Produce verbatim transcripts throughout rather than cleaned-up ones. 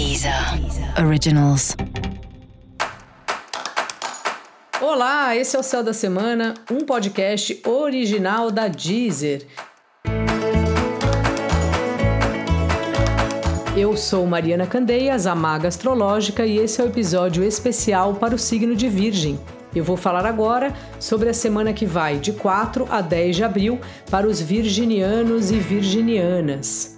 Deezer Originals. Olá, esse é o Céu da Semana, um podcast original da Deezer. Eu sou Mariana Candeias, a maga astrológica, e esse é o episódio especial para o signo de Virgem. Eu vou falar agora sobre a semana que vai de quatro a dez de abril para os virginianos e virginianas.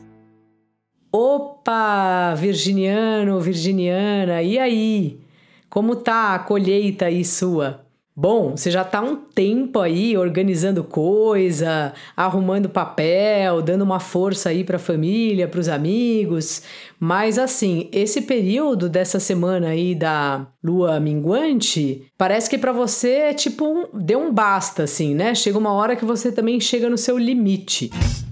Opa, virginiano, virginiana, e aí? Como tá a colheita aí sua? Bom, você já tá há um tempo aí organizando coisa, arrumando papel, dando uma força aí pra família, pros amigos, mas assim, esse período dessa semana aí da lua minguante, parece que pra você é tipo, um, deu um basta assim, né? Chega uma hora que você também chega no seu limite.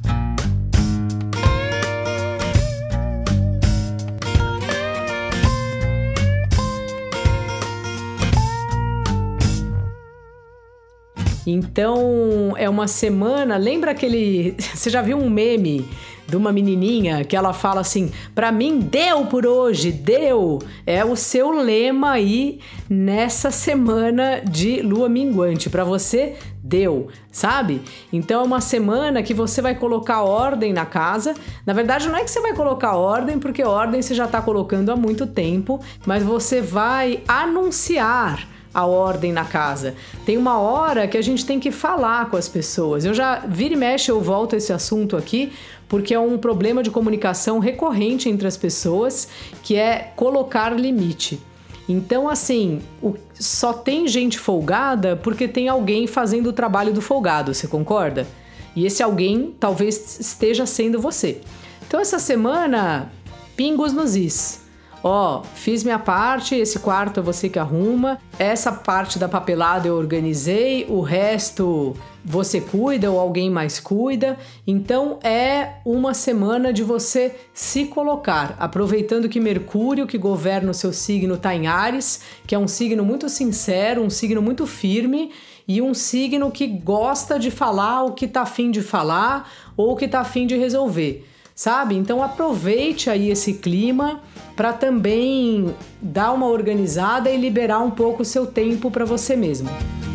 Então, é uma semana... Lembra aquele... Você já viu um meme de uma menininha que ela fala assim, pra mim deu por hoje, deu? É o seu lema aí nessa semana de lua minguante. Pra você, deu, sabe? Então, é uma semana que você vai colocar ordem na casa. Na verdade, não é que você vai colocar ordem, porque ordem você já tá colocando há muito tempo, mas você vai anunciar a ordem na casa. Tem uma hora que a gente tem que falar com as pessoas. Eu já, vira e mexe, eu volto a esse assunto aqui, porque é um problema de comunicação recorrente entre as pessoas, que é colocar limite. Então, assim, o, só tem gente folgada porque tem alguém fazendo o trabalho do folgado, você concorda? E esse alguém talvez esteja sendo você. Então, essa semana, pingos nos is. Ó, oh, fiz minha parte, esse quarto é você que arruma, essa parte da papelada eu organizei, o resto você cuida ou alguém mais cuida. Então é uma semana de você se colocar, aproveitando que Mercúrio, que governa o seu signo, está em Áries, que é um signo muito sincero, um signo muito firme e um signo que gosta de falar o que está a fim de falar ou o que está a fim de resolver, sabe? Então aproveite aí esse clima para também dar uma organizada e liberar um pouco o seu tempo para você mesmo.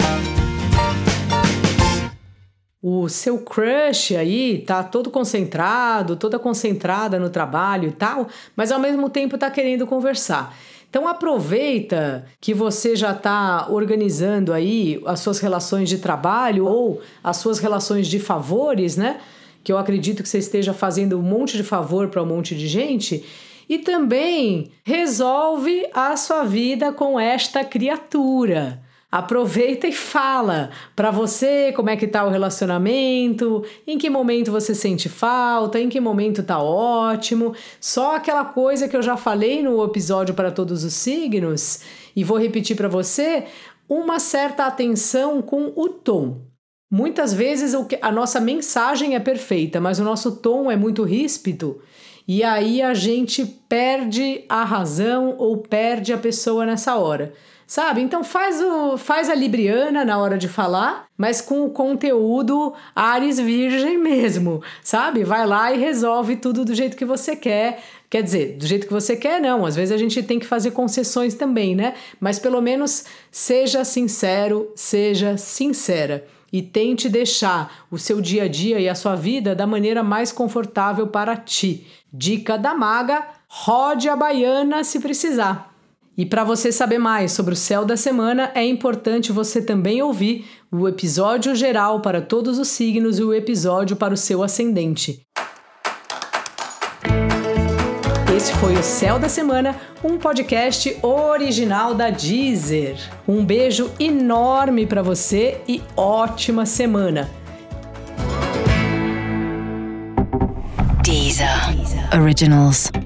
O seu crush aí tá todo concentrado, toda concentrada no trabalho e tal, mas ao mesmo tempo tá querendo conversar. Então aproveita que você já está organizando aí as suas relações de trabalho ou as suas relações de favores, né? Que eu acredito que você esteja fazendo um monte de favor para um monte de gente. E também resolve a sua vida com esta criatura. Aproveita e fala para você como é que tá o relacionamento, em que momento você sente falta, em que momento tá ótimo. Só aquela coisa que eu já falei no episódio para todos os signos, e vou repetir para você, uma certa atenção com o tom. Muitas vezes a nossa mensagem é perfeita, mas o nosso tom é muito ríspido. E aí a gente perde a razão ou perde a pessoa nessa hora, sabe? Então faz, o, faz a libriana na hora de falar, mas com o conteúdo Áries virgem mesmo, sabe? Vai lá e resolve tudo do jeito que você quer. Quer dizer, do jeito que você quer, não. Às vezes a gente tem que fazer concessões também, né? Mas pelo menos seja sincero, seja sincera. E tente deixar o seu dia a dia e a sua vida da maneira mais confortável para ti. Dica da maga, rode a baiana se precisar. E para você saber mais sobre o céu da semana, é importante você também ouvir o episódio geral para todos os signos e o episódio para o seu ascendente. Esse foi o Céu da Semana, um podcast original da Deezer. Um beijo enorme para você e ótima semana. Deezer Originals.